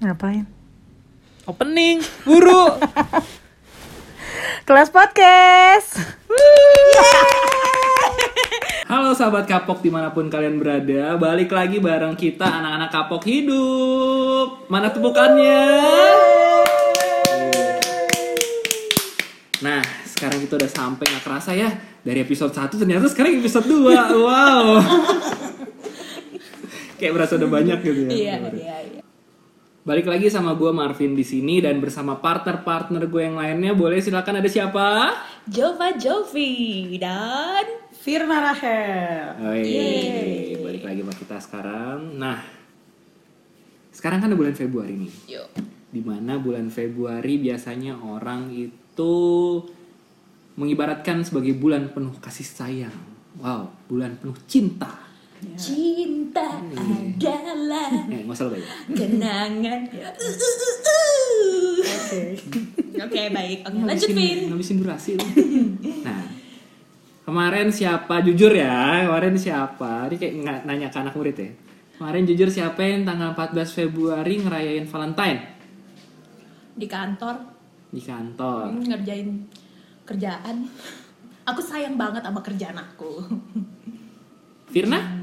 Ngapain? Opening, buru. Kelas podcast. Halo sahabat kapok dimanapun kalian berada, balik lagi bareng kita anak-anak kapok hidup. Mana tepukannya? Nah, sekarang kita udah sampai, gak kerasa ya. Dari episode 1 ternyata sekarang episode 2. Wow. Kayak berasa udah banyak gitu ya. Iya. Balik lagi sama gue Marvin di sini dan bersama partner-partner gue yang lainnya. Boleh silakan, ada siapa? Jova Jovi dan Firna Rachel. Balik lagi sama kita sekarang. Nah, sekarang kan udah bulan Februari nih. Yuk. Dimana bulan Februari biasanya orang itu mengibaratkan sebagai bulan penuh kasih sayang. Wow, bulan penuh cinta. Cinta adalah Nggak usah lebay. kenangan. Oke, baik. Oke, lanjut Vin. Ngabisin durasi. Nah, kemarin siapa? Jujur ya, kemarin siapa? Ini kayak nanya ke anak murid ya. Kemarin jujur siapa yang tanggal 14 Februari ngerayain Valentine? Di kantor Di kantor. ngerjain kerjaan. Aku sayang banget sama kerjaan aku. Firna?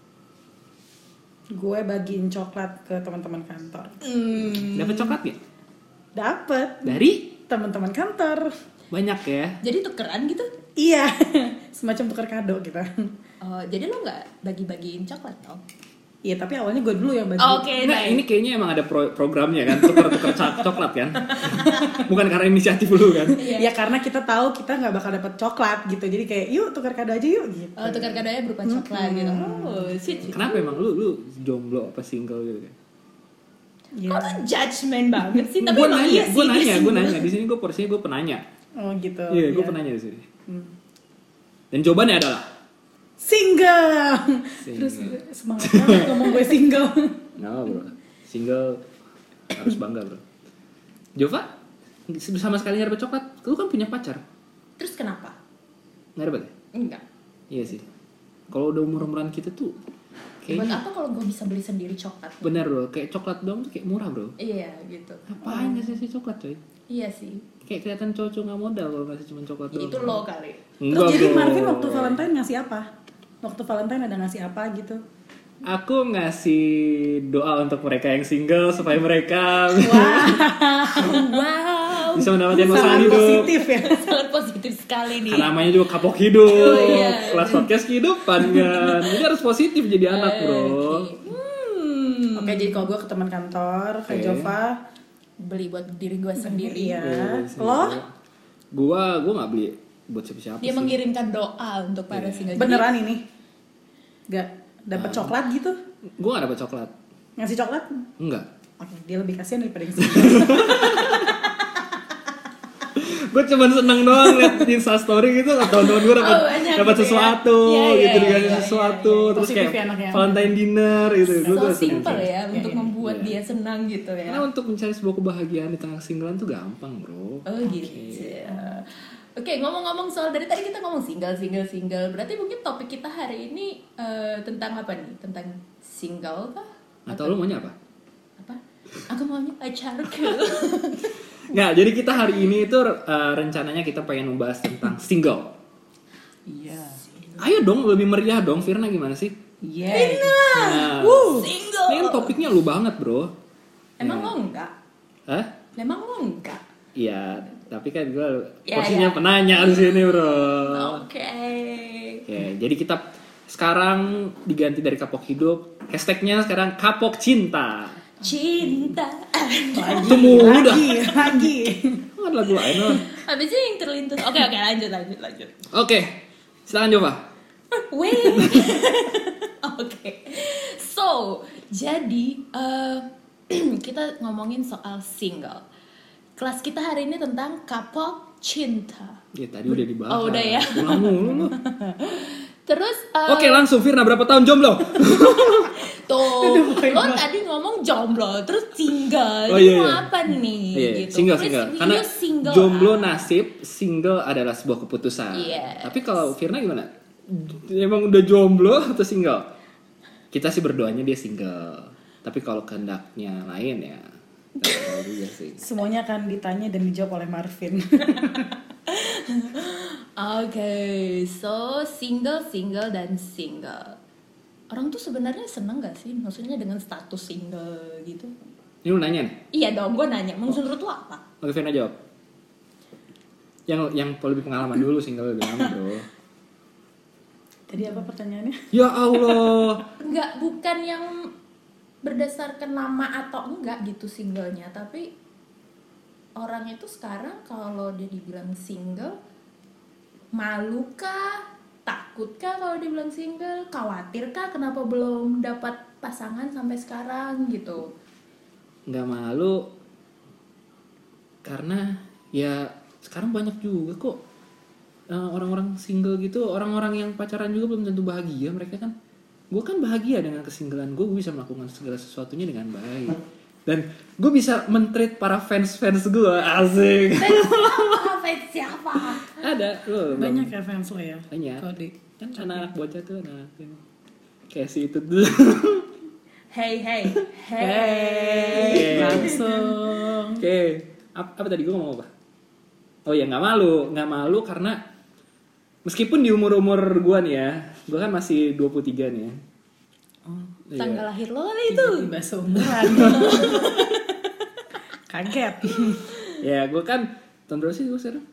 Gue bagiin coklat ke teman-teman kantor. Dapat coklat gak? Dapet Dari? teman-teman kantor. Banyak ya. Jadi tukeran gitu. Iya, semacam tukar kado kita. Oh, jadi lo nggak bagi-bagiin coklat dong? Iya, tapi awalnya gue dulu yang bagi. Oke, Nah, baik. ini kayaknya emang ada programnya kan, tukar-tukar coklat kan? Bukan karena inisiatif lu kan? Ya karena kita tahu kita nggak bakal dapet coklat gitu. Jadi kayak yuk tukar kado aja yuk gitu. Oh, tukar kadonya berupa coklat gitu. Oh, sweet. Kenapa emang lu jomblo apa single gitu kan? Iya. Kok tuh judgement banget sih? Tapi Gue emang iya sih. gue nanya. Di sini gue porsinya gue penanya. Oh gitu. Iya, gue penanya di sini. Dan jawabannya adalah Single. Terus semangat banget ngomong gue single. nggak apa bro, single harus bangga bro. Jova sama sekali nggak dapet coklat. Lu kan punya pacar, Terus kenapa? nggak dapet ya? Enggak. Iya sih. Kalau udah umur-umuran kita tuh Buat kayaknya apa kalau gue bisa beli sendiri coklat? bener bro, kayak coklat doang tuh kayak murah bro. Iya gitu. Ngapain ngasih coklat coy? Iya sih. Kayak kelihatan cowok nggak modal kalau ngasih cuma coklat doang. Itu lo kali. Terus jadi Marvin waktu Valentine ngasih apa? Waktu Valentine ada ngasih apa gitu? Aku ngasih doa untuk mereka yang single supaya mereka Wow. bisa mendapatkan pasangan Sangat hidup. positif ya. Sangat positif sekali nih. Karena namanya juga kapok hidup, Oh, iya. kelas podcast kehidupan kan. Jadi harus positif jadi anak bro. Oke, jadi kalau gue ke teman kantor, ke Oke. Jova, Beli buat diri gue sendiri. iya. Iya, Lo Gua nggak beli buat siapa-siapa Dia sih. mengirimkan doa untuk para single. beneran ini? Gak dapet coklat gitu? Gua nggak dapet coklat. Ngasih coklat? Enggak. Oke, dia lebih kasihan daripada yang single. Gue cuma seneng doang liat di Instastory gitu, teman-teman gue Oh, banyak dapat gitu ya. sesuatu, Iya, gitu iya, dikasih iya, sesuatu, iya. terus Positif ya kayak anaknya. Valentine dinner gitu. Gua So tuh seneng simple sih. ya untuk Iya. membuat dia senang gitu ya. Karena untuk mencari sebuah kebahagiaan di tengah singlean tuh gampang bro. Oh gitu. Oke, ngomong-ngomong soal dari tadi kita ngomong single. Berarti mungkin topik kita hari ini tentang apa nih? Tentang single kah? Atau lu maunya apa? Apa? Aku maunya pacarku. Nggak, jadi kita hari ini itu rencananya kita pengen membahas tentang single. Iya. Ayo dong, lebih meriah dong. Firna gimana sih? Iya. Nah, Single. ini kan topiknya lu banget bro. Emang lo enggak? Hah? Emang lo enggak? Iya, tapi kan gue Ya, posisinya ya. penanya di sini bro. Oke. Oke, jadi kita sekarang diganti dari kapok hidup, hashtagnya sekarang kapok cinta. Cinta. Itu mulu dah. Lagi. Oh, ada lagu lain loh. Habisnya yang terlintas. Oke, lanjut. Oke, silakan Jova. Wait. Oke. So, jadi kita ngomongin soal single. Kelas kita hari ini tentang kapok cinta. Ya tadi udah dibahas. Oh, udah ya. Ulang mulu lu. Terus Oke, langsung Firna, berapa tahun jomblo? tuh lo tadi ngomong jomblo terus single. Oh, Jadi iya, mau iya. apa nih Iya, gitu. single. Please, Karena you single jomblo ah. nasib, single adalah sebuah keputusan. Yes. Tapi kalau Firna gimana? Emang udah jomblo atau single? Kita sih berdoanya dia single. Tapi kalau kehendaknya lain ya Nggak tahu juga sih. Semuanya akan ditanya dan dijawab oleh Marvin. Oke, so single dan single. Orang tuh sebenarnya seneng gak sih? Maksudnya dengan status single gitu? Ini lu nanya nih? Iya dong, gue nanya. Menurut lu apa? Oke, Vena jawab. Yang lebih pengalaman dulu single lebih lama, bro. Tadi apa pertanyaannya? Ya Allah. Enggak, bukan yang berdasarkan nama atau enggak gitu singlenya, tapi orang itu sekarang kalau dia dibilang single, malu kah? Takut kah kalau dibilang single? Khawatir kah kenapa belum dapat pasangan sampai sekarang gitu? Nggak malu karena ya sekarang banyak juga kok orang-orang single gitu, orang-orang yang pacaran juga belum tentu bahagia mereka kan. Gue kan bahagia dengan kesinggelan gue bisa melakukan segala sesuatunya dengan baik dan gue bisa men-treat para fans gue, asik. Fans siapa? Ada lo Banyak ya fans lo ya? banyak Kalau di kan anak-anak bocah tuh anak kayak si itu tuh. Hey. langsung. Oke, apa tadi gue ngomong apa? Oh ya nggak malu karena meskipun di umur gue nih ya, gue kan masih 23 nih ya. Oh, Iya. Tanggal lahir lo kali itu. tiba-tiba seumuran. Kaget. Ya gue kan tahun berapa sih gue sekarang?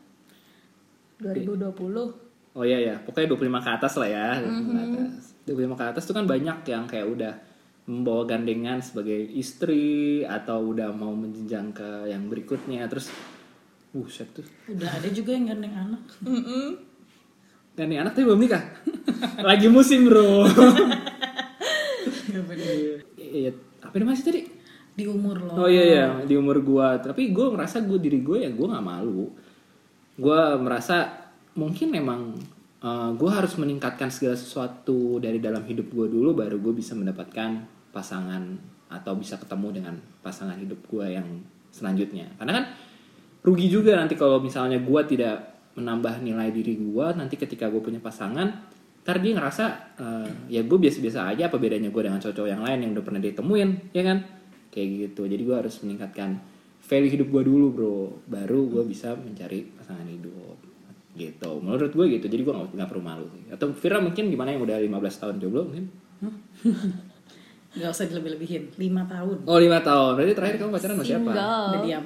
2020. Oh iya ya, pokoknya 25 ke atas lah ya. 25 ke atas tuh kan banyak yang kayak udah membawa gandengan sebagai istri atau udah mau menjenjang ke yang berikutnya. Terus buset tuh. Udah ada juga yang gandeng anak. Gandeng anak tapi belum nikah. Lagi musim, bro. Iya, apa namanya sih tadi? Di umur lo. Oh iya, di umur gua. Tapi gua ngerasa diri gue ya gua nggak malu. Gua merasa mungkin memang gue harus meningkatkan segala sesuatu dari dalam hidup gue dulu baru gue bisa mendapatkan pasangan atau bisa ketemu dengan pasangan hidup gue yang selanjutnya. Karena kan rugi juga nanti kalau misalnya gue tidak menambah nilai diri gue nanti ketika gue punya pasangan, ntar dia ngerasa ya gue biasa-biasa aja, apa bedanya gue dengan cowok yang lain yang udah pernah ditemuin, ya kan? Kayak gitu. Jadi gue harus meningkatkan value hidup gue dulu, bro, baru gue bisa mencari pasangan hidup gitu. Menurut gue gitu. Jadi gue nggak perlu malu sih. Atau Vira mungkin gimana yang udah 15 tahun jomblo mungkin? Gak usah dilebih-lebihin. 5 tahun. Oh 5 tahun. Berarti terakhir kamu pacaran sama siapa? Udah diam.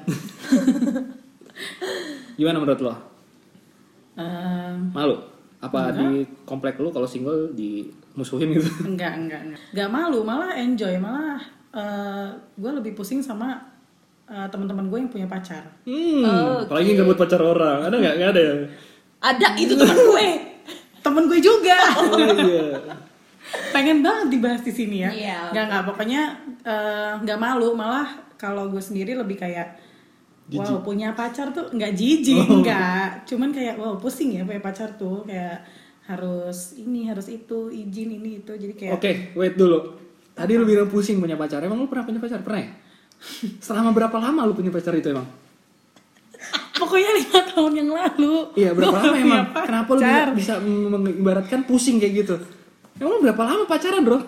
Gimana menurut lo? Malu? Apa Enggak. di komplek lo kalau single dimusuhin gitu? Enggak. Gak malu, malah enjoy, malah gue lebih pusing sama teman-teman gue yang punya pacar. Apalagi nggak buat pacar orang. Ada nggak? Nggak ada ya? Ada itu teman gue. Temen gue juga. Oh iya. Pengen banget dibahas di sini ya. Iya. Nggak pokoknya nggak malu, malah kalau gue sendiri lebih kayak wow punya pacar tuh nggak jijik, nggak. Cuman kayak wow pusing ya punya pacar tuh kayak harus ini harus itu izin ini itu jadi kayak. Oke, wait dulu. Tadi lu bilang pusing punya pacar. Emang lu pernah punya pacar? Pernah ya? Selama berapa lama lu punya pacar itu emang? Pokoknya 5 tahun yang lalu. Iya, berapa lama Punya emang? pacar. Kenapa lu bisa mengibaratkan pusing kayak gitu? Emang lu berapa lama pacaran, bro?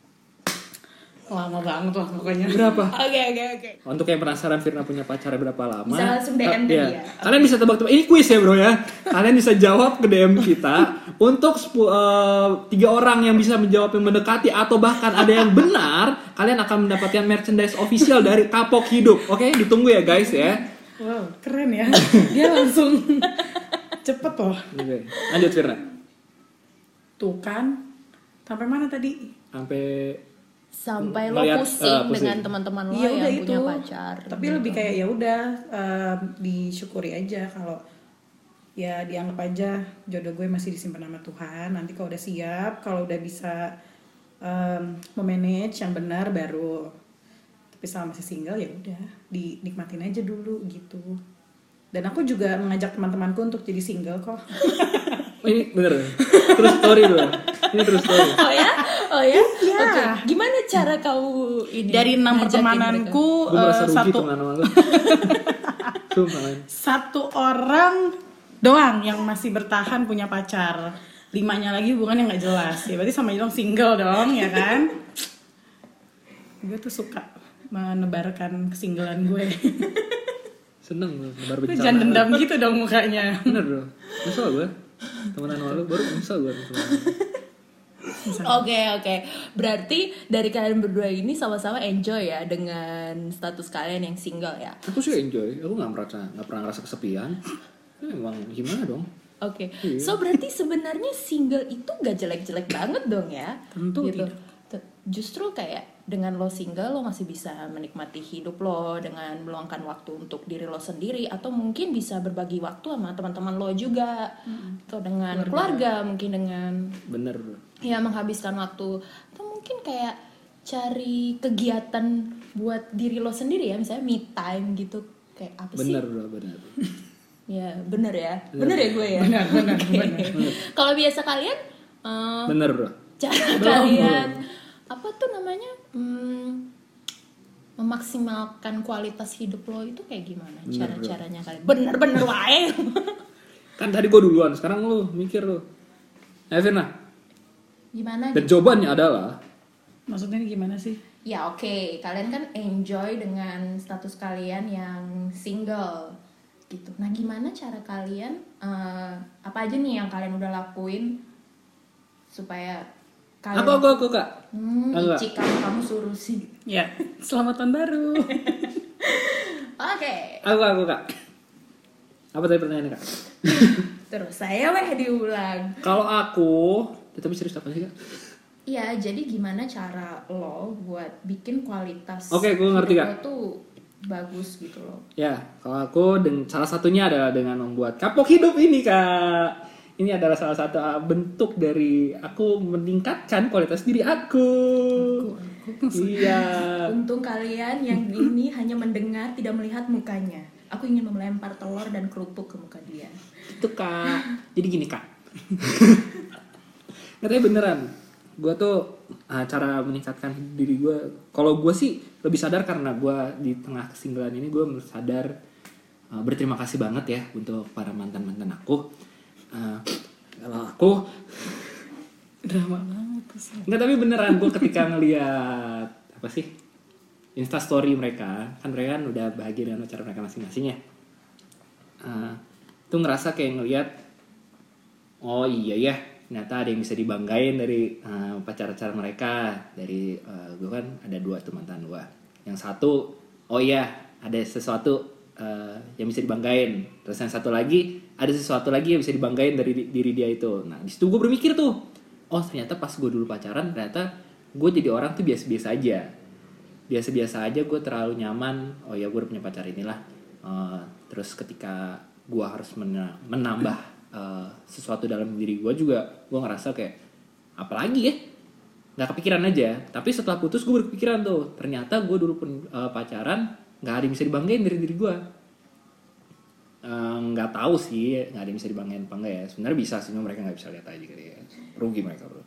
Lama banget lah pokoknya. Berapa? Oke. Untuk yang penasaran Firna punya pacar berapa lama? Bisa langsung DM Iya. dia. Kalian bisa tebak-tebak. Ini kuis ya, bro ya. Kalian bisa jawab ke DM kita. Untuk 3 orang yang bisa menjawab yang mendekati atau bahkan ada yang benar, kalian akan mendapatkan merchandise official dari Kapok Hidup. Oke, ditunggu ya guys ya. Wow, keren ya. Dia langsung cepet loh. Oke. Lanjut Firna. Tuh kan. Sampai mana tadi? Sampai lo Ngeliat, pusing pusing. dengan teman-teman lo Iya udah yang itu. punya pacar. Tapi lebih kayak ya udah disyukuri aja kalau ya dianggap aja jodoh gue masih disimpan sama Tuhan. Nanti kalau udah siap, kalau udah bisa memanage yang benar baru. Tapi selama masih single ya udah dinikmatin aja dulu gitu. Dan aku juga mengajak teman-temanku untuk jadi single kok. Ini bener. Terus story dulu. Ini terus story. Oh ya? Iya. Oke. Gimana cara kau ini? Dari 6 ngajakin pertemananku Gue merasa rugi satu tuh sama lu. Sumpah man. satu orang doang yang masih bertahan punya pacar. 5-nya lagi hubungannya nggak jelas. Ya berarti sama dong single dong ya kan? Gue tuh suka menebarkan kesinggelan gue. Seneng lu nebar Lu bencana. jangan dendam gitu dong mukanya. Bener bro. Nyesel gue. Temenan sama lu baru nyesel gue. Oke. Berarti dari kalian berdua ini sama-sama enjoy ya dengan status kalian yang single ya. Aku sih enjoy. Aku nggak pernah ngerasa kesepian. Emang gimana dong? Oke. Iya. So berarti sebenarnya single itu gak jelek-jelek banget dong ya? Tentu gitu. tidak. Justru kayak dengan lo single lo masih bisa menikmati hidup lo dengan meluangkan waktu untuk diri lo sendiri, atau mungkin bisa berbagi waktu sama teman-teman lo juga, atau dengan keluarga mungkin dengan Bener bro. ya menghabiskan waktu, atau mungkin kayak cari kegiatan buat diri lo sendiri ya, misalnya me time gitu, kayak apa sih? Bener bro, bener. Ya bener ya gue ya. Benar. Kalau biasa kalian Bener bro. cara kalian apa tuh namanya memaksimalkan kualitas hidup lo itu kayak gimana? Cara-caranya kalian? Bener wae. Kan tadi gue duluan, sekarang lu mikir lu. Firna. Gimana? Dan jawabannya adalah Maksudnya ini gimana sih? Ya oke, kalian kan enjoy dengan status kalian yang single gitu. Nah gimana cara kalian, apa aja nih yang kalian udah lakuin supaya kalian... aku kak. Enggak. Ici kamu suruh sih. Ya, selamat tahun baru. Oke. Aku kak. Apa tadi pertanyaannya kak? Terus saya diulang. Kalau aku, tapi serius apa sih kak? Iya, jadi gimana cara lo buat bikin kualitas Oke, gue ngerti, hidup Kak. lo tuh bagus gitu loh. Ya, kalau aku salah satunya adalah dengan membuat kapok hidup ini kak. Ini adalah salah satu bentuk dari aku meningkatkan kualitas diri aku. Iya. Untung kalian yang ini hanya mendengar, tidak melihat mukanya. Aku ingin melempar telur dan kerupuk ke muka dia. Itu kak. Jadi gini kak. Katanya beneran. Gue tuh cara meningkatkan diri gue. Kalau gue sih lebih sadar karena gue di tengah kesinggalan ini gue sadar berterima kasih banget ya untuk para mantan aku. Kalau aku Drama banget sih. Enggak, tapi beneran gue ketika ngeliat apa sih Instastory mereka, kan mereka kan udah bahagia dengan pacar mereka masing-masing ya. Tuh ngerasa kayak ngeliat, oh iya ya, ternyata ada yang bisa dibanggain dari pacar-pacar mereka. Dari gue kan ada 2 tuh mantan gue. Yang satu, oh iya ada sesuatu yang bisa dibanggain. Terus yang satu lagi, ada sesuatu lagi yang bisa dibanggain dari diri dia itu. Nah disitu gue berpikir tuh, oh ternyata pas gue dulu pacaran, ternyata gue jadi orang tuh biasa-biasa aja. Biasa-biasa aja, gue terlalu nyaman. Oh ya gue udah punya pacar inilah. Terus ketika gue harus menambah sesuatu dalam diri gue juga, gue ngerasa kayak apalagi ya, nggak kepikiran aja. Tapi setelah putus gue berpikiran tuh, ternyata gue dulu pun pacaran nggak ada yang bisa dibanggain dari diri gue. Nggak tahu sih nggak ada yang bisa dibanggain apa enggak ya. Sebenarnya bisa sih, cuma mereka nggak bisa lihat aja kali ya. Rugi mereka bro.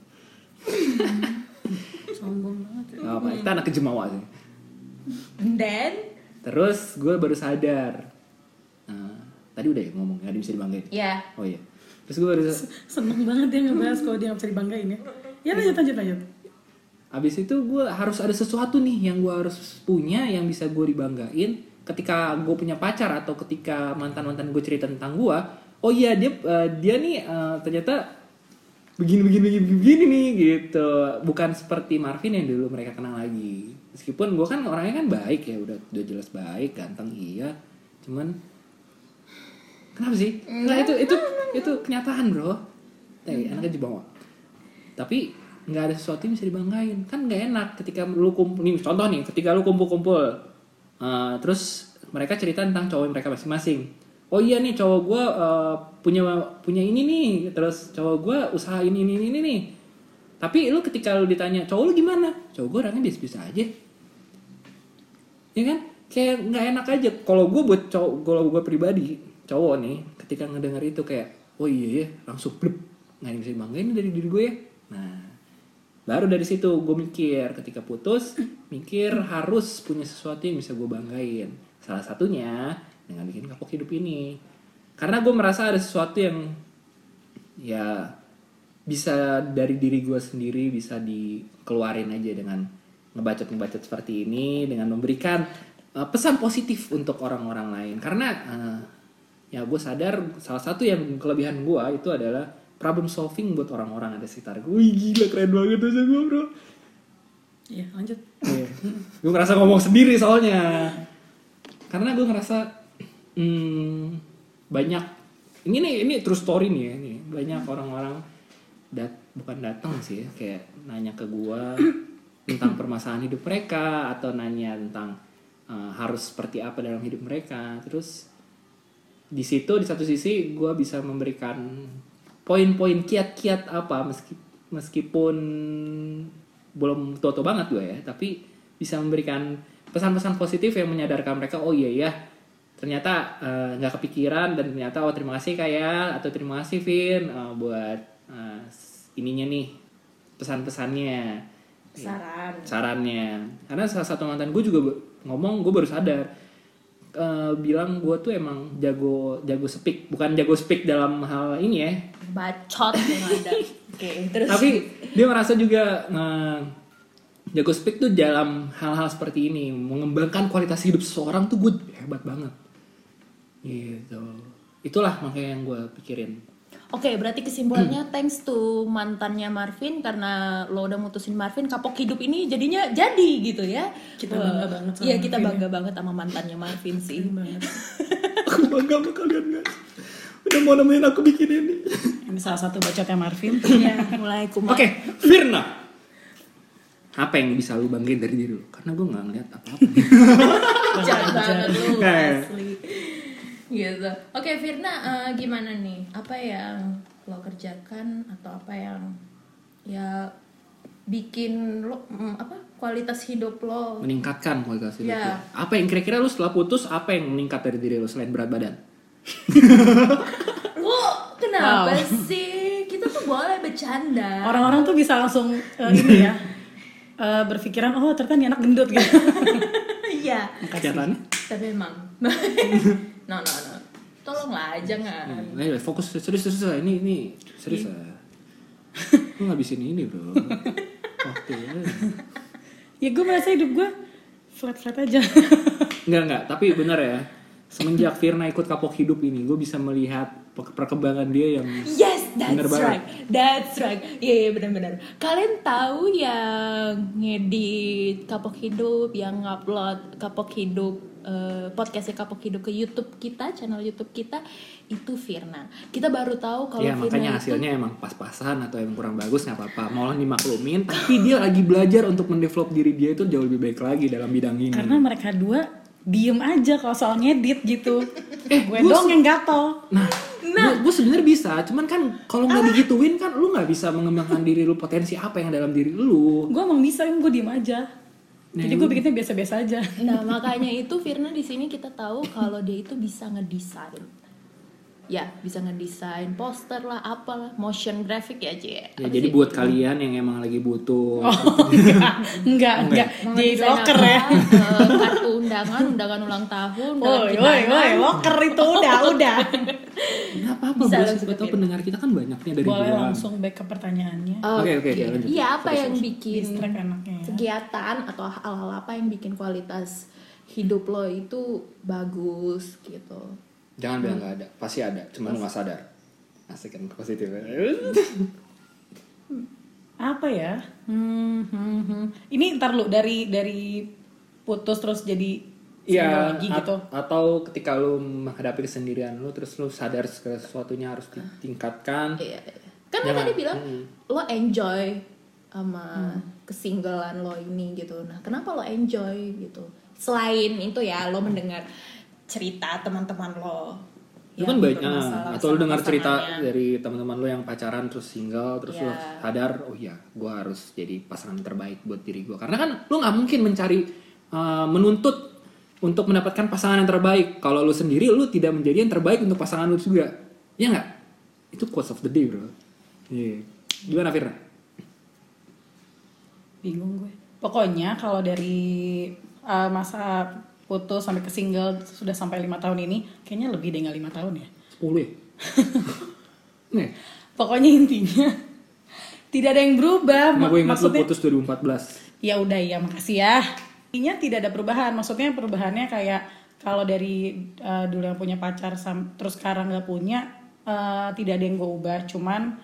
Sombong banget ya. Apa? Kita anak kejemawa sih. Dan Terus gue baru sadar. Tadi udah ya ngomong nggak ada yang bisa dibanggain. ya Oh iya. Terus gue baru Seneng banget dia ngebahas kalau dia gak bisa dibanggain ya. Ya lanjut. abis itu gue harus ada sesuatu nih yang gue harus punya yang bisa gue dibanggain ketika gue punya pacar atau ketika mantan gue cerita tentang gue. Oh iya dia nih ternyata begini nih gitu. Bukan seperti Marvin yang dulu mereka kenal lagi. Meskipun gue kan orangnya kan baik ya, udah jelas baik, ganteng iya. Cuman kenapa sih? Nah itu kenyataan bro. Anaknya di bawah. Tapi nggak ada sesuatu yang bisa dibanggain, kan nggak enak ketika lu kumpul nih, contoh nih ketika lu kumpul terus mereka cerita tentang cowok mereka masing-masing. Oh iya nih cowok gue punya ini nih, terus cowok gue usaha ini nih. Tapi lu ketika lu ditanya cowok lu gimana, cowok gue orangnya biasa-biasa aja, ya kan? Kayak nggak enak aja. Kalau gue buat cowok, kalau gue pribadi cowok nih, ketika ngedenger itu kayak oh iya ya, langsung blep, nggak ada yang bisa dibanggain dari diri gue ya. Nah baru dari situ gue mikir, ketika putus mikir harus punya sesuatu yang bisa gue banggain. Salah satunya dengan bikin kapok hidup ini, karena gue merasa ada sesuatu yang ya bisa dari diri gue sendiri bisa dikeluarin aja dengan ngebacot seperti ini dengan memberikan pesan positif untuk orang-orang lain. Karena ya gue sadar salah satu yang kelebihan gue itu adalah problem solving buat orang-orang ada sekitar gue. Wih gila keren banget aja gue bro. Iya lanjut. Gue ngerasa ngomong sendiri soalnya. Karena gue ngerasa banyak ini true story nih ya, nih banyak orang-orang bukan datang sih ya, kayak nanya ke gua tentang permasalahan hidup mereka atau nanya tentang harus seperti apa dalam hidup mereka. Terus di situ di satu sisi gua bisa memberikan poin-poin kiat-kiat apa meskipun belum tua-tua banget gue ya, tapi bisa memberikan pesan-pesan positif yang menyadarkan mereka oh iya ya ternyata nggak kepikiran dan ternyata oh terima kasih kayak atau terima kasih Vin buat ininya nih pesan-pesannya sarannya. Karena salah satu mantan gue juga ngomong, gue baru sadar bilang gue tuh emang jago speak, bukan jago speak dalam hal ini ya bacot yang ada. Oke, terus tapi dia merasa juga jago speak tuh dalam hal-hal seperti ini, mengembangkan kualitas hidup seseorang tuh gue hebat banget gitu. Itulah makanya yang gue pikirin. Oke, berarti kesimpulannya thanks to mantannya Marvin, karena lo udah mutusin Marvin, kapok hidup ini jadinya jadi gitu ya. Kita bangga banget sama Iya, kita Marvin bangga banget sama mantannya Marvin sih. Aku bangga sama kalian guys, udah mau nemenin aku bikin ini. Ini salah satu bacotnya Marvin. Iya, mulai kumat. Oke, Firna, apa yang bisa lu banggain dari diri lu? Karena gue nggak ngeliat apa-apa. Jangan banget lu Kayak. asli. Gitu. Oke, Firna, gimana nih? Apa yang lo kerjakan atau apa yang ya bikin lo kualitas hidup lo Meningkatkan kualitas hidup Ya. lu. Apa yang kira-kira lu setelah putus, apa yang meningkat dari diri lu selain berat badan? Lo kenapa sih? Kita tuh boleh bercanda. Orang-orang tuh bisa langsung ini ya berpikiran oh ternyata ini anak gendut gitu. Iya. Kenyataannya? Tapi emang no. Tolonglah jangan. Ayo fokus serius ini serius lah. Lu ngabisin ini bro. Waktu Ya gue merasa hidup gue flat aja. Enggak, tapi benar ya. Semenjak Firna ikut kapok hidup ini, gue bisa melihat perkembangan dia yang Yes, bener that's right. Iya benar-benar. Kalian tahu yang ngedit kapok hidup, yang ngupload kapok hidup, podcastnya kapok hidup ke YouTube kita, channel YouTube kita, itu Firna. Kita baru tahu kalau ya, Firna makanya itu hasilnya emang pas-pasan atau emang kurang bagus nggak apa-apa, malah dimaklumin. Tapi dia lagi belajar untuk mendevelop diri dia itu jauh lebih baik lagi dalam bidang ini. Karena mereka dua diem aja kalau soal ngedit gitu. Gue dong yang gatel. Nah, gue sebenarnya bisa, cuman kan kalau nggak digituin kan lu nggak bisa mengembangkan diri lu, potensi apa yang dalam diri lu. Gue emang bisa, gue diem aja. Jadi gue bikinnya biasa-biasa aja. Nah, makanya itu Firna di sini kita tahu kalau dia itu bisa ngedesain. Ya, bisa ngedesain poster lah, apalah, motion graphic ya, Cie. Ya, jadi buat kalian yang emang lagi butuh Enggak. Mau Jadi ngedesain locker apa? ya. Kartu undangan ulang tahun, Woi, locker itu udah. nggak apa-apa, Bisa bro. lo Siapa tahu sebutin. pendengar kita kan banyaknya dari Boleh luar. langsung back ke pertanyaannya. Oke, lanjut. Iya, apa Terus, yang terus. bikin Distract anaknya ya. kegiatan atau hal-hal apa yang bikin kualitas hidup lo itu bagus gitu. Jangan bilang nggak ada, pasti ada, cuma lu nggak sadar. Asik kan positif. Apa ya? Ini ntar lu dari putus terus jadi Iya, single lagi gitu. atau ketika lu menghadapi kesendirian lu, terus lu sadar segala sesuatunya harus ditingkatkan. Iya. Kan lo tadi bilang lo enjoy sama kesinggelan lo ini gitu. Nah, kenapa lo enjoy gitu? Selain itu ya, lo mendengar cerita teman-teman lo. Itu kan banyak, bermasalah atau lu sama dengar cerita pasangannya. dari teman-teman lu yang pacaran terus single, terus lu Iya. sadar, oh iya, gue harus jadi pasangan terbaik buat diri gue. Karena kan lu nggak mungkin mencari menuntut untuk mendapatkan pasangan yang terbaik kalau lu sendiri lu tidak menjadi yang terbaik untuk pasangan lu juga, ya nggak? Itu quotes of the day bro. Iya. Gimana Firna? Bingung gue. Pokoknya kalau dari masa putus sampai ke single sudah sampai 5 tahun ini, kayaknya lebih deh, nggak 5 tahun ya. 10 ya? Nih, Pokoknya intinya tidak ada yang berubah. gue ingat lu Maksudnya putus 2014. ya udah ya makasih ya. Intinya tidak ada perubahan, maksudnya perubahannya kayak kalau dari dulu yang punya pacar terus sekarang nggak punya, tidak ada yang gue ubah, cuman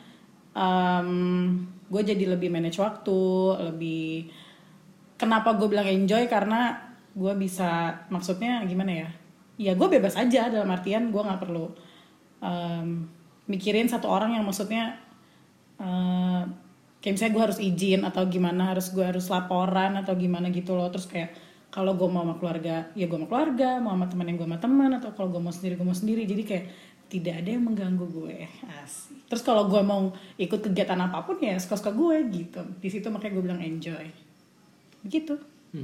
gue jadi lebih manage waktu, lebih. Kenapa gue bilang enjoy, karena gue bisa, maksudnya gimana ya, ya gue bebas aja, dalam artian gue nggak perlu mikirin satu orang yang maksudnya kayak misalnya gue harus izin atau gimana, gue harus laporan atau gimana gitu loh. Terus kayak kalau gue mau sama keluarga ya gue sama keluarga, mau sama teman yang gue sama teman, atau kalau gue mau sendiri. Jadi kayak tidak ada yang mengganggu gue. Asik. Terus kalau gue mau ikut kegiatan apapun ya suka-suka gue gitu. Di situ makanya gue bilang enjoy. Begitu.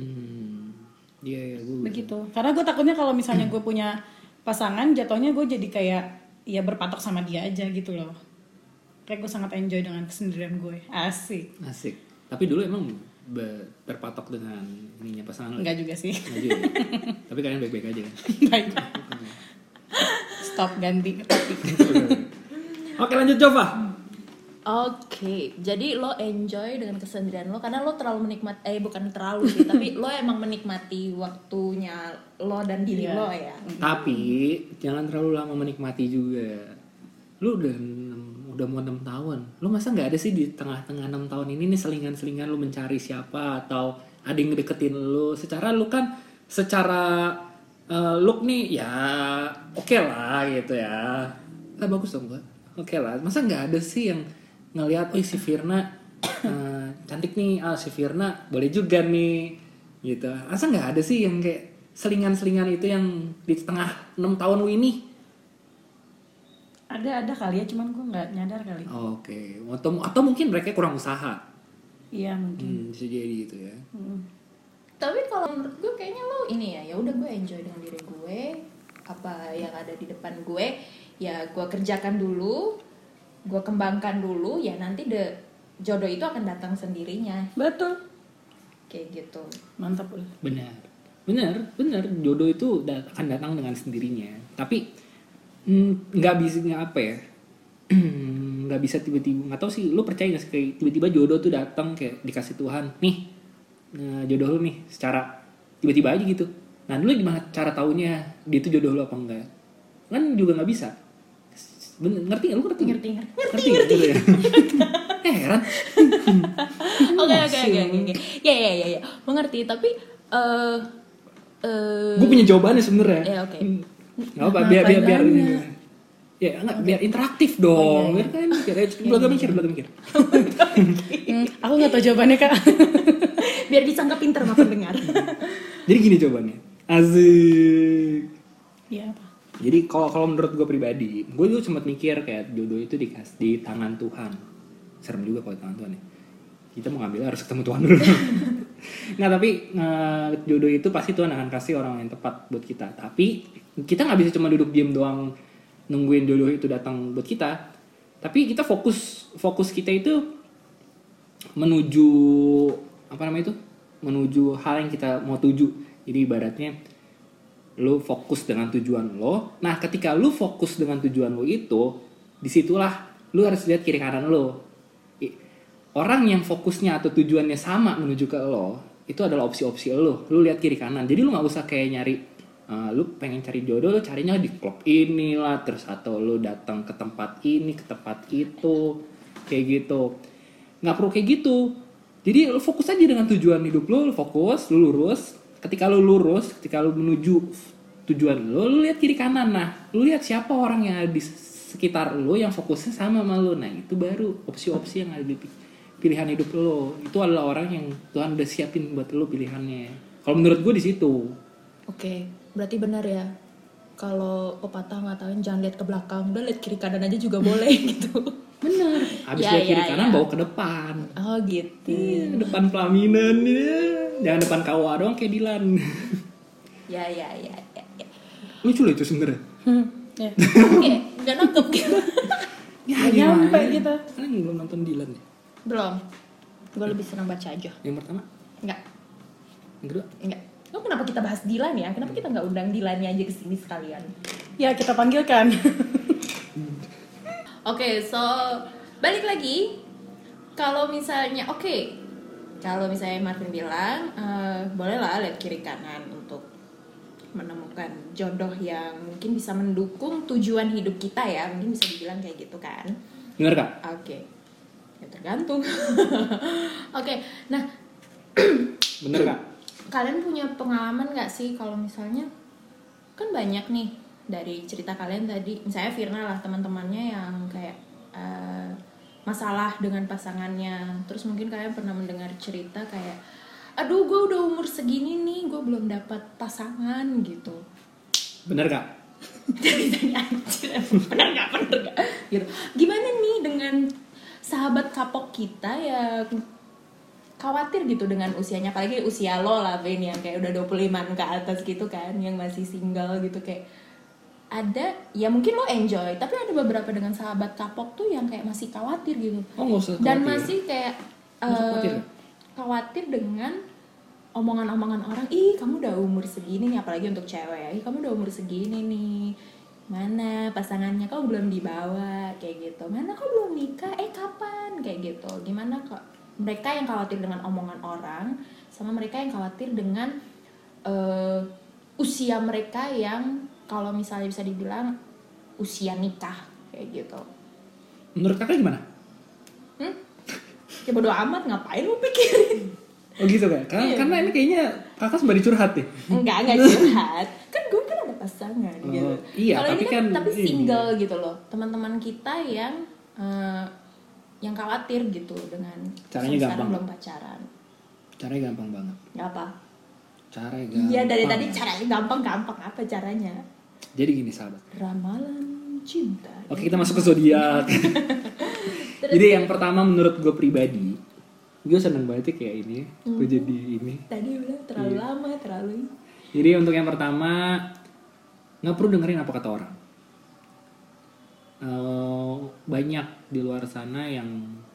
Iya, gue begitu. Karena gue takutnya kalau misalnya gue punya pasangan, jatuhnya gue jadi kayak ya berpatok sama dia aja gitu loh. Kayak gue sangat enjoy dengan kesendirian gue. Asik. Tapi dulu emang berpatok dengan ininya pasangan lo? Enggak juga sih. Enggak juga. Tapi kalian baik-baik aja kan? Baik. Stop, ganti topik. Oke, lanjut Jova. Oke, jadi lo enjoy dengan kesendirian lo karena lo terlalu menikmati, bukan terlalu sih, tapi lo emang menikmati waktunya lo dan diri lo ya. Tapi jangan terlalu lama menikmati juga. Lo udah mau 6 tahun. Lo masa nggak ada sih di tengah-tengah 6 tahun ini nih selingan-selingan lo mencari siapa atau ada yang ngedeketin lo? Secara lo kan secara look nih ya oke lah gitu ya. Bagus dong gua. Oke lah. Masa nggak ada sih yang ngelihat, oh si Firna cantik nih, si Firna boleh juga nih gitu. Masa nggak ada sih yang kayak selingan-selingan itu yang di tengah 6 tahun lu ini? Ada kali ya, cuman gue nggak nyadar kali. Oke. Atau mungkin mereka kurang usaha. Iya mungkin. Bisa jadi gitu ya. Tapi kalau menurut gue kayaknya lo ini ya udah gue enjoy dengan diri gue, apa yang ada di depan gue ya gue kerjakan dulu, gue kembangkan dulu, ya nanti jodoh itu akan datang sendirinya. Betul. Kayak gitu. Mantap. Benar. Jodoh itu akan datang dengan sendirinya. Tapi nggak bisa apa ya? Nggak bisa tiba-tiba. Nggak tahu sih. Lo percaya nggak sih kayak tiba-tiba jodoh tuh datang kayak dikasih Tuhan. Nih, jodoh lo nih. Secara tiba-tiba aja gitu. Nah, lo gimana cara taunya dia itu jodoh lo apa enggak? Kan juga nggak bisa. Ngerti nggak? Lu ngerti? Ngerti. Ya? Heran. Oke. Ya. Mengerti, tapi gue punya jawabannya sebenarnya. Ya oke. Nggak apa, biar ya enggak, biar interaktif dong. Biar kan belakang mikir. Aku nggak tahu jawabannya Kak. Biar disangka pintar sama pendengar. Jadi gini jawabannya. Asik. Iya apa? Jadi kalau menurut gue pribadi, gue dulu sempat mikir kayak jodoh itu di tangan Tuhan. Serem juga kalau di tangan Tuhan ya. Kita mau ngambil harus ketemu Tuhan dulu. Nah tapi jodoh itu pasti Tuhan akan kasih orang yang tepat buat kita. Tapi kita nggak bisa cuma duduk diem doang nungguin jodoh itu datang buat kita. Tapi kita fokus kita itu menuju apa namanya itu? Menuju hal yang kita mau tuju. Jadi ibaratnya lo fokus dengan tujuan lo. Nah, ketika lo fokus dengan tujuan lo itu, disitulah lo harus lihat kiri kanan lo. Orang yang fokusnya atau tujuannya sama menuju ke lo, itu adalah opsi-opsi lo. Lo lihat kiri kanan. Jadi lo nggak usah kayak nyari, lo pengen cari jodoh, lo carinya di klub inilah, terus atau lo datang ke tempat ini, ke tempat itu, kayak gitu. Nggak perlu kayak gitu. Jadi lo fokus aja dengan tujuan hidup lo fokus, lo lurus. Ketika lo lurus, ketika lo menuju tujuan lo lihat kiri kanan. Nah, lo lihat siapa orang yang ada di sekitar lo yang fokusnya sama lo. Nah, itu baru opsi-opsi yang ada di pilihan hidup lo. Itu adalah orang yang Tuhan udah siapin buat lo pilihannya. Kalau menurut gue di situ. Oke, berarti benar ya. Kalau pepatah ngatain jangan lihat ke belakang, udah lihat kiri kanan aja juga boleh gitu. Bener. Abis lihat kiri kanan bawa ke depan. Oh gitu. Depan pelaminan ya. Jangan depan KUA doang kayak Dilan. Ya. Lucu loh itu sebenernya. Ya. Oke, nggak nangkep gitu. Ya nyampe kita. Kalian belum nonton Dilan ya? Belum. Gue lebih senang baca aja. Yang pertama? Enggak. Yang kedua? Enggak. Oh, kenapa kita bahas Dilan ya? Kenapa kita nggak undang Dilannya aja ke sini sekalian? Ya kita panggilkan. Oke, so balik lagi. Kalau misalnya Kalau misalnya Marvin bilang, bolehlah lihat kiri kanan untuk menemukan jodoh yang mungkin bisa mendukung tujuan hidup kita ya, mungkin bisa dibilang kayak gitu kan. Bener Kak? Oke, ya tergantung. Oke, nah Bener Kak? kalian punya pengalaman nggak sih kalau misalnya kan banyak nih dari cerita kalian tadi, misalnya Firna lah teman-temannya yang kayak masalah dengan pasangannya, terus mungkin kalian pernah mendengar cerita kayak, aduh gue udah umur segini nih gue belum dapat pasangan gitu. Bener Kak? Ceritanya anjir, bener nggak gitu. Gimana nih dengan sahabat kapok kita yang khawatir gitu dengan usianya, apalagi usia lo lah Vin, yang kayak udah 25 ke atas gitu kan, yang masih single gitu, kayak ada ya mungkin lo enjoy, tapi ada beberapa dengan sahabat kapok tuh yang kayak masih khawatir gitu. Oh nggak usah khawatir. Dan masih kayak khawatir ya? khawatir dengan omongan-omongan orang, ih kamu udah umur segini nih, apalagi untuk cewek ya, ih kamu udah umur segini nih, mana pasangannya kau belum dibawa kayak gitu, mana kau belum nikah, kapan kayak gitu. Gimana kok mereka yang khawatir dengan omongan orang sama mereka yang khawatir dengan usia mereka yang kalau misalnya bisa dibilang usia nikah kayak gitu. Menurut Kakak gimana? Ya bodo amat, ngapain lu pikirin? Oh gitu Kak? Karena ini kayaknya Kakak sembari curhat deh. Enggak curhat. Kan gue kan ada pasangan gitu. Iya, Kalau tapi ini kan tapi ini. single gitu loh. Teman-teman kita yang khawatir gitu dengan Caranya sekarang gampang. belum pacaran. Caranya gampang banget. Apa? Caranya gampang. Iya, dari tadi caranya gampang apa caranya? Jadi gini sahabat. Ramalan cinta. Oke, kita masuk ke zodiak. Jadi yang pertama menurut gue pribadi, gue seneng banget ya kayak ini. Gue jadi ini. Tadi udah terlalu lama, terlalu. Jadi untuk yang pertama, nggak perlu dengerin apa kata orang. Banyak di luar sana yang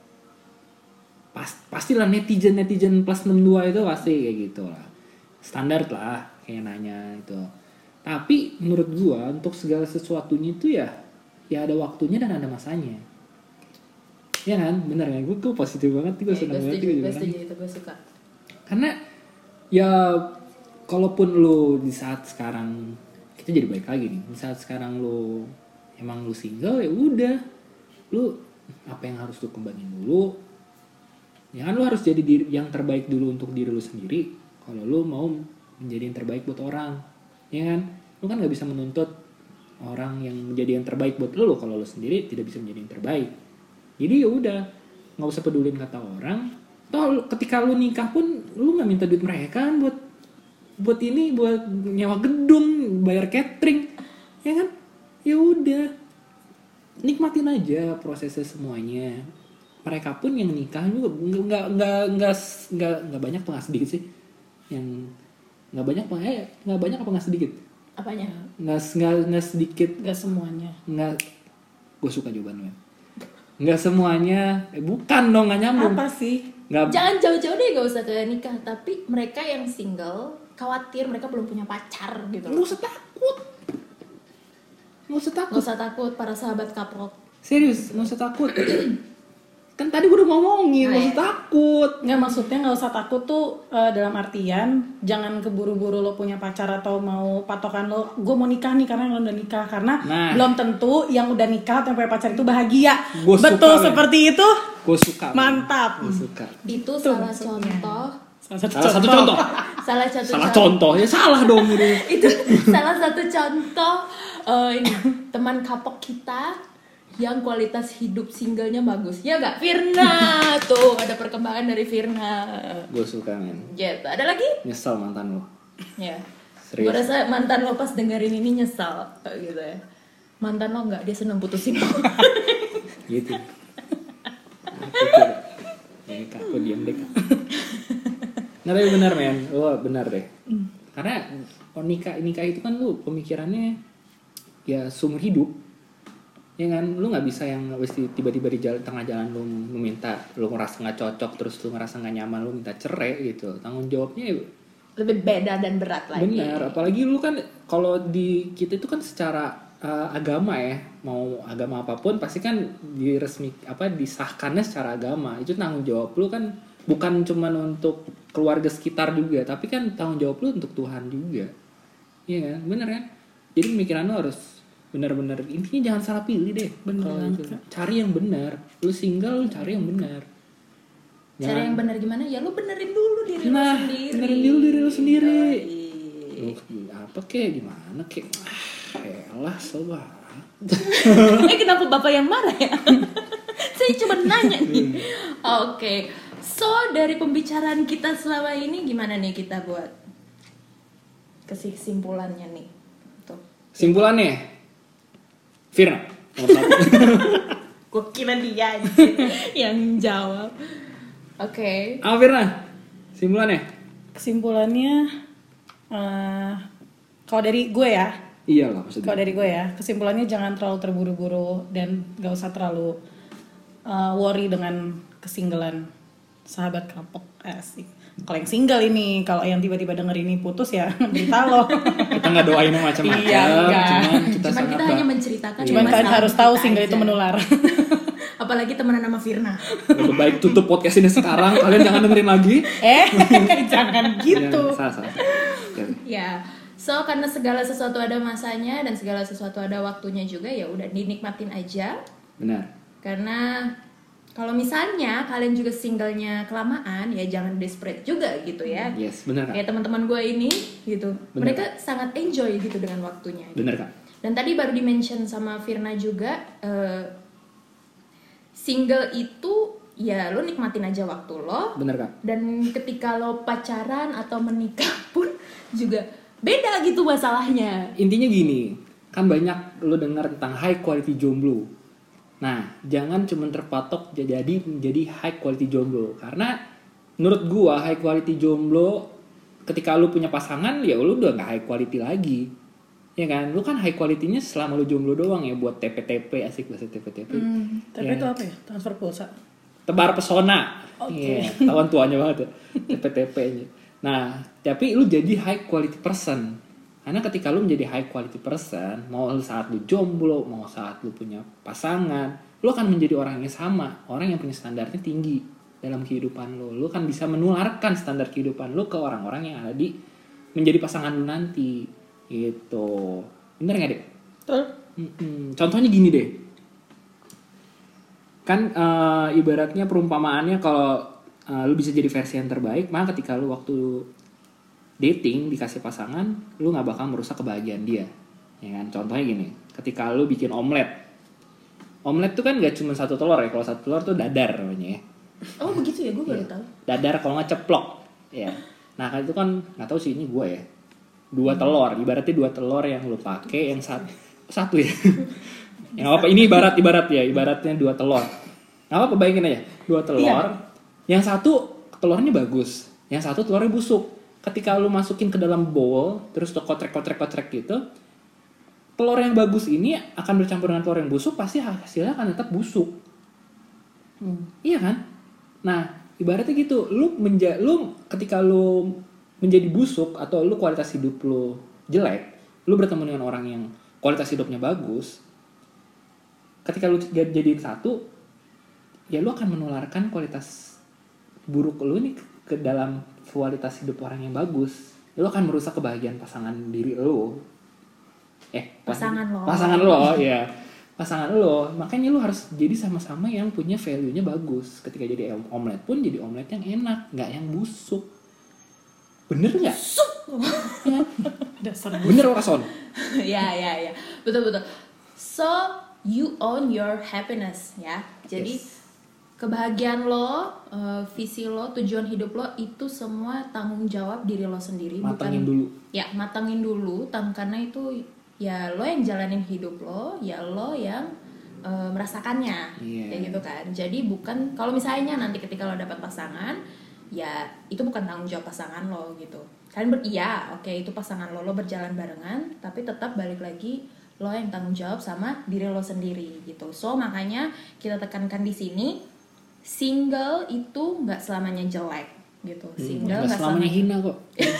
pastilah netizen plus 62 itu pasti kayak gitu lah, standar lah kayak nanya itu. Tapi menurut gua untuk segala sesuatunya itu ya ada waktunya dan ada masanya, ya kan, bener kan? Gue positif banget, gue seneng banget. Gue setuju itu, gue suka. Karena ya kalaupun lo di saat sekarang, kita jadi baik lagi nih, di saat sekarang lo emang lu single, ya udah, lu apa yang harus lu kembangin dulu, ya kan, lu harus jadi yang terbaik dulu untuk diri lu sendiri. Kalau lu mau menjadi yang terbaik buat orang, ya kan, lu kan nggak bisa menuntut orang yang menjadi yang terbaik buat lu kalau lu sendiri tidak bisa menjadi yang terbaik. Jadi ya udah, nggak usah pedulin kata orang. Toh ketika lu nikah pun lu nggak minta duit mereka kan buat ini, buat nyewa gedung, bayar catering, ya kan. Ya udah, nikmatin aja prosesnya semuanya. Mereka pun yang nikah juga nggak banyak apa nggak sedikit sih, yang nggak banyak apa nggak sedikit. Apanya? Nggak sedikit. Gak semuanya. Nggak, gue suka jawaban lu. Nggak semuanya, bukan dong, nggak nyambung. Apa sih? Jangan jauh-jauh deh, gak usah ke nikah. Tapi mereka yang single khawatir mereka belum punya pacar gitu loh. Nggak usah takut. Gak usah takut para sahabat kapok. Serius, nggak usah takut. Kan tadi gue udah ngomongin, nggak usah takut. Nggak, maksudnya nggak usah takut tuh dalam artian jangan keburu-buru lo punya pacar atau mau patokan lo, gue mau nikah nih karena lo udah nikah, karena belum tentu yang udah nikah atau punya pacar itu bahagia. Betul suka, seperti itu. Gue suka. Mantap. Gue suka. Itu salah contoh. Salah contoh ya salah dong ini. Itu salah satu contoh ini teman kapok kita yang kualitas hidup singlenya bagus, ya gak Firna? Tuh ada perkembangan dari Firna. Gue suka men. Gitu. Ada lagi? Nyesel mantan lo. Ya. Serius. Gue rasa mantan lo pas dengerin ini nyesal gitu ya. Mantan lo nggak, dia seneng putusin lo. Gitu. Ya kak, aku diam deh kak. Nggak, tapi benar men, lo benar deh. Karena nikah itu kan lu pemikirannya ya seumur hidup, ya kan. Lu nggak bisa yang tiba-tiba di tengah jalan lu minta, lu ngerasa nggak cocok, terus lu ngerasa nggak nyaman, lu minta cerai gitu. Tanggung jawabnya lebih beda dan berat lagi. Benar, apalagi lu kan kalau di kita itu kan secara agama ya, mau agama apapun pasti kan disahkannya secara agama. Itu tanggung jawab lu kan bukan cuman untuk keluarga sekitar juga, tapi kan tanggung jawab lu untuk Tuhan juga. Iya kan? Bener kan? Jadi pemikiran lu harus benar-benar, intinya jangan salah pilih deh. Kalau itu cari yang benar. Lu single, lu cari yang benar. Cara yang benar gimana? Ya lu benerin dulu diri lu sendiri. Benerin dulu diri lu sendiri. Lu apa kek, gimana kek? Elah, sobat. Kenapa bapak yang marah ya? Saya cuma nanya nih. Oke. So dari pembicaraan kita selama ini gimana nih kita buat kesimpulannya nih? Tuh. Simpulannya, Firna. Gue kira dia aja yang jawab. Oke. Firna, simpulannya? Kesimpulannya, kalau dari gue ya, Iyalah maksudnya. kalau dari gue ya, kesimpulannya jangan terlalu terburu-buru dan gak usah terlalu worry dengan kesinggelan sahabat kapok. Asik. Kalau yang single ini, kalau yang tiba-tiba denger ini putus ya berita lo. Kita nggak doain yang macam-macam. Iya, Cuman kita hanya menceritakan. Cuman kalian harus tahu single itu menular. Apalagi temenan sama Firna. Lebih baik tutup podcast ini sekarang. Kalian jangan dengerin lagi. Jangan gitu. Salah. Ya. So karena segala sesuatu ada masanya dan segala sesuatu ada waktunya juga, ya udah dinikmatin aja. Benar. Karena kalau misalnya kalian juga singlenya kelamaan, ya jangan desperate juga gitu ya. Yes, benar Kak. Kayak teman-teman gue ini gitu. Bener. Mereka sangat enjoy gitu dengan waktunya. Benar Kak. Dan tadi baru di-mention sama Firna juga, single itu ya lo nikmatin aja waktu lo. Benar Kak. Dan ketika lo pacaran atau menikah pun juga beda gitu masalahnya. Intinya gini, kan banyak lo dengar tentang high quality jomblo. Nah, jangan cuma terpatok menjadi high quality jomblo. Karena menurut gua high quality jomblo ketika lu punya pasangan ya lu udah gak high quality lagi. Ya kan? Lu kan high quality-nya selama lu jomblo doang ya, buat TP-TP, asik bahasa TP-TP. Tapi itu apa ya? Transfer pulsa. Tebar pesona. Oke. Iya, tawan tuanya banget tuh. TP-TP-nya. Nah, tapi lu jadi high quality person. Karena ketika lu menjadi high quality person, mau saat lu jomblo, mau saat lu punya pasangan, lu akan menjadi orang yang sama, orang yang punya standarnya tinggi dalam kehidupan lu. Lu kan bisa menularkan standar kehidupan lu ke orang-orang yang ada di menjadi pasangan lu nanti. Gitu. Bener gak, Dek? Betul. Contohnya gini deh. Kan ibaratnya perumpamaannya kalau lu bisa jadi versi yang terbaik, maka ketika lu waktu dating dikasih pasangan, lu nggak bakal merusak kebahagiaan dia, ya kan? Contohnya gini, ketika lu bikin omelet tuh kan nggak cuma satu telur ya, kalau satu telur tuh dadar namanya ya. Oh begitu ya, gue baru tahu. Dadar kalau nggak ceplok, ya. Nah itu kan nggak tahu sih ini gue ya. 2 telur, ibaratnya 2 telur yang lu pakai, yang satu ya. Yang apa? Ini ibaratnya 2 telur. Nggak apa-apa, bayangin aja, 2 telur. Iya. Yang satu telurnya bagus, yang satu telurnya busuk. Ketika lu masukin ke dalam bowl, terus tuh kotrek gitu, telur yang bagus ini akan bercampur dengan telur yang busuk, pasti hasilnya akan tetap busuk. Iya kan? Nah, ibaratnya gitu, lu ketika lu menjadi busuk atau lu kualitas hidup lu jelek, lu bertemu dengan orang yang kualitas hidupnya bagus, ketika lu jadi satu, ya lu akan menularkan kualitas buruk lu nih ke dalam kualitas hidup orang yang bagus. Lu akan merusak kebahagiaan pasangan diri lu. Pasangan lo, ya. Pasangan lo. Makanya lu harus jadi sama-sama yang punya value-nya bagus. Ketika jadi omelet pun jadi omelet yang enak, nggak yang busuk. Bener nggak? Busuk. Ya. Dasar bener Rason. Ya. Betul. So you own your happiness ya. Jadi kebahagiaan lo, visi lo, tujuan hidup lo itu semua tanggung jawab diri lo sendiri. Matangin dulu. Ya, matangin dulu. Karena itu ya lo yang jalanin hidup lo, ya lo yang merasakannya. Kayak gitu kan. Jadi bukan, kalau misalnya nanti ketika lo dapat pasangan, ya itu bukan tanggung jawab pasangan lo gitu. Kalian itu pasangan lo berjalan barengan, tapi tetap balik lagi lo yang tanggung jawab sama diri lo sendiri gitu. So makanya kita tekankan di sini, single itu nggak selamanya jelek gitu. Single nggak selamanya hina kok.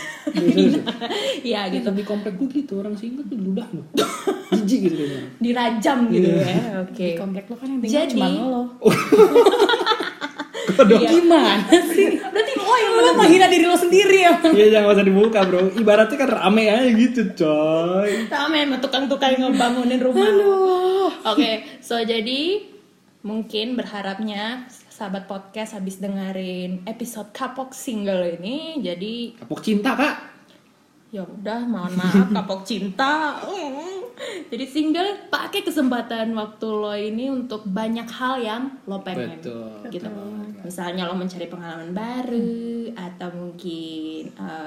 Ya gitu. Di komplek gue gitu, orang single tuh ludah loh. Jijik gitu kayaknya. Dirajam gitu ya. Oke. Di komplek lo kan yang tinggal cuma lo. Iya. Gimana sih? Berarti lo yang Lu menghina diri lo sendiri ya. Iya, jangan usah dibuka, Bro. Ibaratnya kan rame aja gitu, coy. sama sama tukang-tukang ngebangunin rumah. Oke, so jadi mungkin berharapnya sahabat podcast habis dengerin episode kapok single ini, jadi Kapok cinta, Kak. ya udah mohon maaf kapok cinta. Jadi single pakai kesempatan waktu lo ini untuk banyak hal yang lo pengen. Betul. Gitu. Misalnya lo mencari pengalaman baru atau mungkin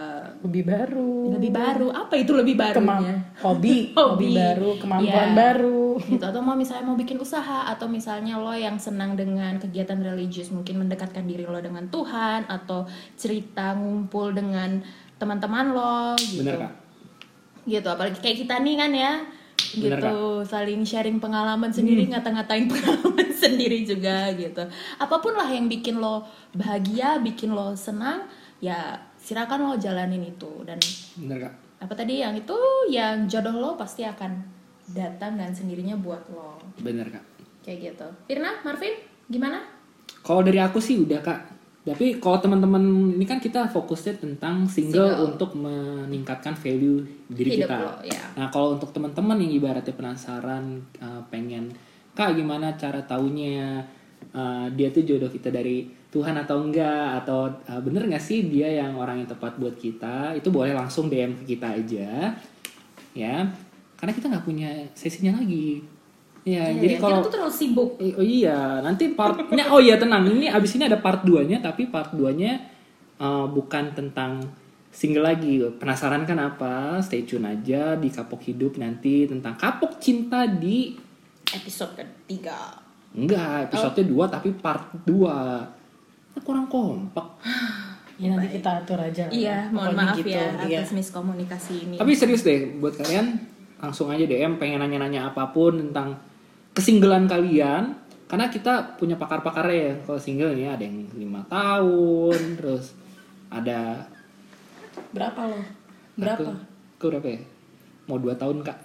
lebih baru. Apa itu lebih barunya? Hobi baru, kemampuan Iya. baru. Gitu. Atau misalnya mau bikin usaha, atau misalnya lo yang senang dengan kegiatan religius, mungkin mendekatkan diri lo dengan Tuhan, atau cerita ngumpul dengan teman-teman lo gitu. Bener, Kak. Gitu, apalagi kayak kita nih kan ya. Bener, Gitu, saling sharing pengalaman sendiri, ngata-ngatain pengalaman sendiri juga gitu. Apapun lah yang bikin lo bahagia, bikin lo senang, ya silakan lo jalanin itu. Dan Bener, Kak. apa tadi yang itu, yang jodoh lo pasti akan datang dan sendirinya buat lo. Bener, Kak. Kayak gitu. Firna, Marvin, gimana? Kalau dari aku sih udah, Kak. Tapi kalau teman-teman ini kan kita fokusnya tentang single untuk meningkatkan value diri Hidup kita. lo, ya. Nah, kalau untuk teman-teman yang ibaratnya penasaran, pengen, Kak gimana cara taunya dia tuh jodoh kita dari Tuhan atau enggak, atau bener nggak sih dia yang orang yang tepat buat kita, itu boleh langsung DM ke kita aja, ya. Karena kita nggak punya sesinya lagi. Ya, Iya, jadi kalau kita tuh terlalu sibuk. Oh iya, nanti partnya, oh iya tenang, ini abis ini ada part 2-nya, tapi part 2-nya bukan tentang single lagi. Penasaran kan apa? Stay tune aja di Kapok Hidup nanti tentang kapok cinta di Episode ketiga. enggak, episode 2 tapi part 2. Kurang kompak. Ya nanti kita atur aja. Iya, mohon Pokoknya maaf gitu, ya iya. atas miskomunikasi ini. Tapi serius deh, buat kalian langsung aja DM pengen nanya-nanya apapun tentang kesinggelan kalian, karena kita punya pakar-pakarnya ya. Kalau single nih ada yang 5 tahun, terus ada Berapa lo? Berapa? Aku berapa ya? Mau 2 tahun, Kak.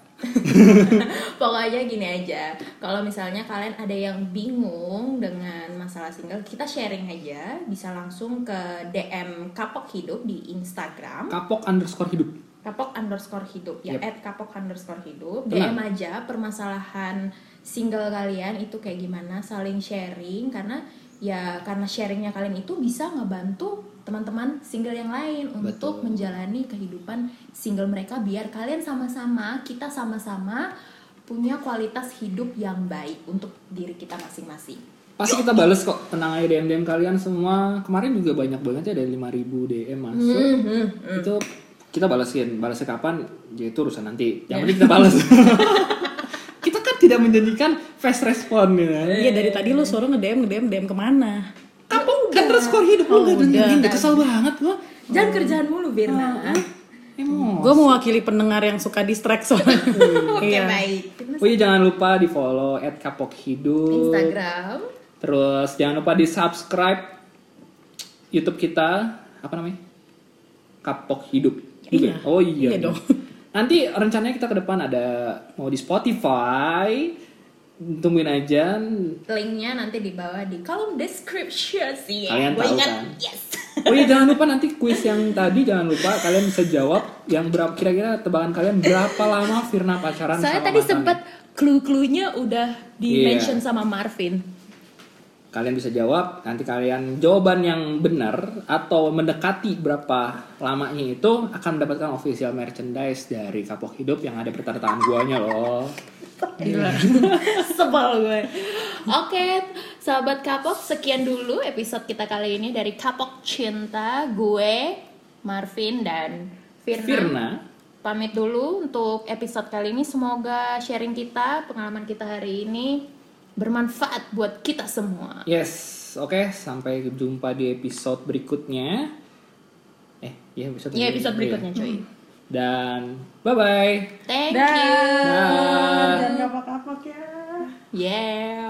Pokoknya gini aja, kalau misalnya kalian ada yang bingung dengan masalah single, kita sharing aja, bisa langsung ke DM Kapok Hidup di Instagram. Kapok_hidup. Kapok_hidup ya, Yep. @kapok_hidup. Tenang. DM aja permasalahan single kalian itu kayak gimana, saling sharing, karena sharingnya kalian itu bisa ngebantu teman-teman single yang lain untuk Betul. menjalani kehidupan single mereka, biar kalian kita sama-sama punya kualitas hidup yang baik untuk diri kita masing-masing. Pasti kita bales kok, tenang aja DM kalian semua. Kemarin juga banyak banget ya, ada 5.000 DM masuk. Itu kita balesin. Balasnya kapan? Ya itu urusan nanti. Yang penting kita balas. Kita kan tidak menjanjikan fast respon ya. Iya dari tadi lo suruh nge-DM kemana? Kapok_hidup. Udah kesel banget gua. Jangan kerjaan mulu, Birna. Emosi. Gue mewakili pendengar yang suka distract soalnya. Oke, Iya. baik. Oh iya, jangan lupa di follow @kapokhidup. Instagram. Terus jangan lupa di subscribe YouTube kita, apa namanya? Kapok Hidup. Iya. Oh iya. Iya dong. Nanti rencananya kita ke depan ada mau di Spotify. Tungguin aja. Linknya nanti di bawah di kolom description sih. Kalian Gua tahu ingat. kan? Yes. Oh iya, jangan lupa nanti kuis yang tadi, jangan lupa kalian bisa jawab yang berapa, kira-kira tebakan kalian berapa lama Firna pacaran Saya sama tadi mantannya. sempat clue-cluenya udah di-mention Iya. sama Marvin. Kalian bisa jawab, nanti kalian jawaban yang benar atau mendekati berapa lamanya itu akan mendapatkan official merchandise dari Kapok Hidup yang ada bertanda tangan guanya loh. Gila. Sebel gue. Oke, sahabat Kapok, sekian dulu episode kita kali ini dari Kapok Cinta. Gue, Marvin, dan Firna. Pamit dulu untuk episode kali ini. Semoga sharing kita, pengalaman kita hari ini bermanfaat buat kita semua. Yes, oke, sampai jumpa di episode berikutnya. Episode berikutnya, cuy. Dan bye-bye. Thank Dah. you. Dah. Dan kapak-kapak ya. Yeah.